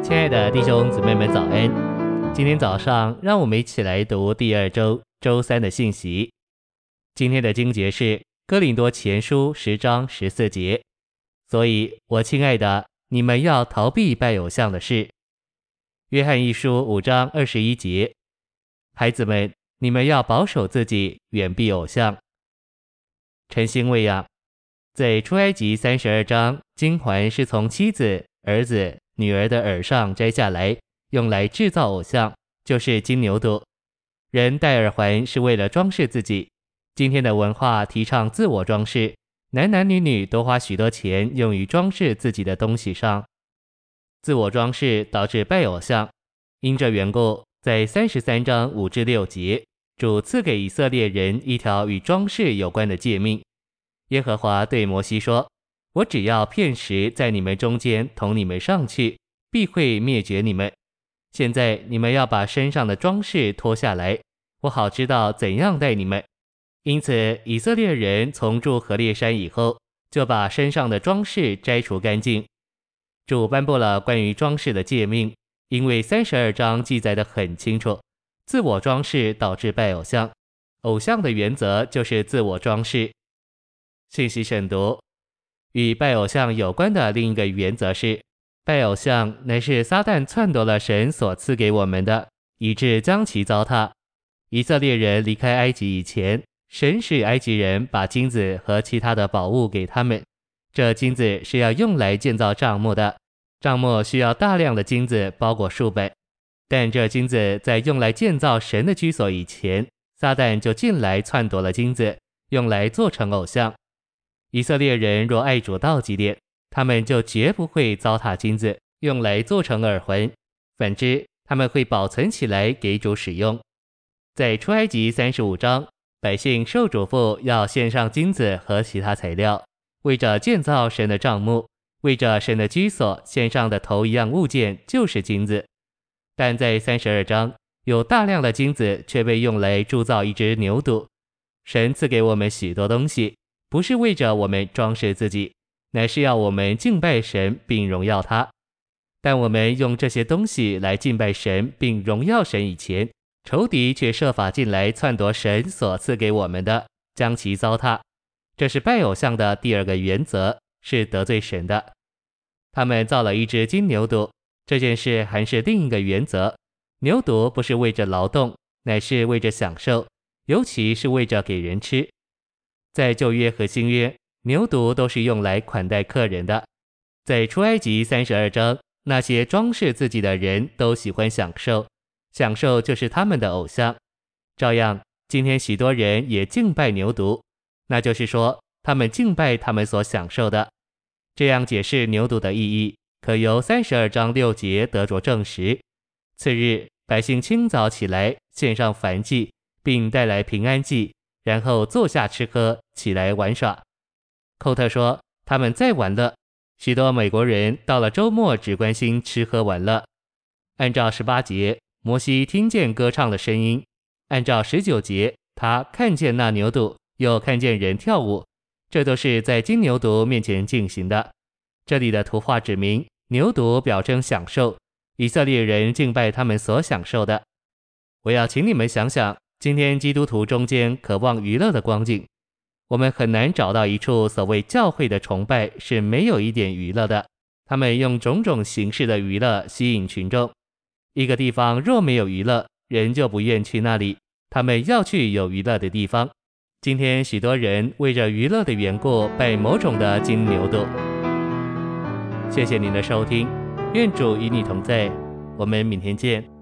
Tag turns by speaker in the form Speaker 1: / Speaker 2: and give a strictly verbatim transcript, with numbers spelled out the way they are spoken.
Speaker 1: 亲爱的弟兄姊妹们早安，今天早上让我们一起来读第二周周三的信息。今天的经节是哥林多前书十章十四节，所以我亲爱的，你们要逃避拜偶像的事。约翰一书五章二十一节，孩子们，你们要保守自己，远避偶像。晨星喂养，在出埃及三十二章，金环是从妻子、儿子、女儿的耳上摘下来，用来制造偶像，就是金牛犊。人戴耳环是为了装饰自己。今天的文化提倡自我装饰，男男女女都花许多钱用于装饰自己的东西上。自我装饰导致拜偶像，因这缘故，在三十三章五至六节，主赐给以色列人一条与装饰有关的诫命。耶和华对摩西说，我只要片时在你们中间同你们上去，必会灭绝你们。现在你们要把身上的装饰脱下来，我好知道怎样待你们。因此以色列人从住何烈山以后，就把身上的装饰摘除干净。主颁布了关于装饰的诫命，因为三十二章记载得很清楚，自我装饰导致拜偶像，偶像的原则就是自我装饰。信息审读，与拜偶像有关的另一个原则是，拜偶像乃是撒旦篡夺了神所赐给我们的，以致将其糟蹋。以色列人离开埃及以前，神使埃及人把金子和其他的宝物给他们，这金子是要用来建造帐幕的，帐幕需要大量的金子包裹数本，但这金子在用来建造神的居所以前，撒旦就进来篡夺了金子，用来做成偶像。以色列人若爱主到极点，他们就绝不会糟蹋金子，用来做成耳环，反之，他们会保存起来给主使用。在出埃及三十五章，百姓受嘱咐要献上金子和其他材料，为着建造神的帐幕，为着神的居所献上的头一样物件就是金子。但在三十二章，有大量的金子却被用来铸造一只牛犊。神赐给我们许多东西，不是为着我们装饰自己，乃是要我们敬拜神并荣耀他。但我们用这些东西来敬拜神并荣耀神以前，仇敌却设法进来篡夺神所赐给我们的，将其糟蹋。这是拜偶像的第二个原则，是得罪神的。他们造了一只金牛犊，这件事还是另一个原则。牛犊不是为着劳动，乃是为着享受，尤其是为着给人吃。在旧约和新约，牛犊都是用来款待客人的。在出埃及三十二章，那些装饰自己的人都喜欢享受，享受就是他们的偶像。照样，今天许多人也敬拜牛犊，那就是说，他们敬拜他们所享受的。这样解释牛犊的意义，可由三十二章六节得着证实。次日，百姓清早起来，献上燔祭，并带来平安祭，然后坐下吃喝，起来玩耍。寇特说，他们在玩乐。许多美国人到了周末只关心吃喝玩乐。按照十八节，摩西听见歌唱的声音；按照十九节，他看见那牛犊，又看见人跳舞，这都是在金牛犊面前进行的。这里的图画指明，牛犊表征享受，以色列人敬拜他们所享受的。我要请你们想想，今天基督徒中间渴望娱乐的光景，我们很难找到一处所谓教会的崇拜是没有一点娱乐的。他们用种种形式的娱乐吸引群众。一个地方若没有娱乐，人就不愿去那里，他们要去有娱乐的地方。今天许多人为着娱乐的缘故拜某种的金牛犊。谢谢您的收听，愿主与你同在，我们明天见。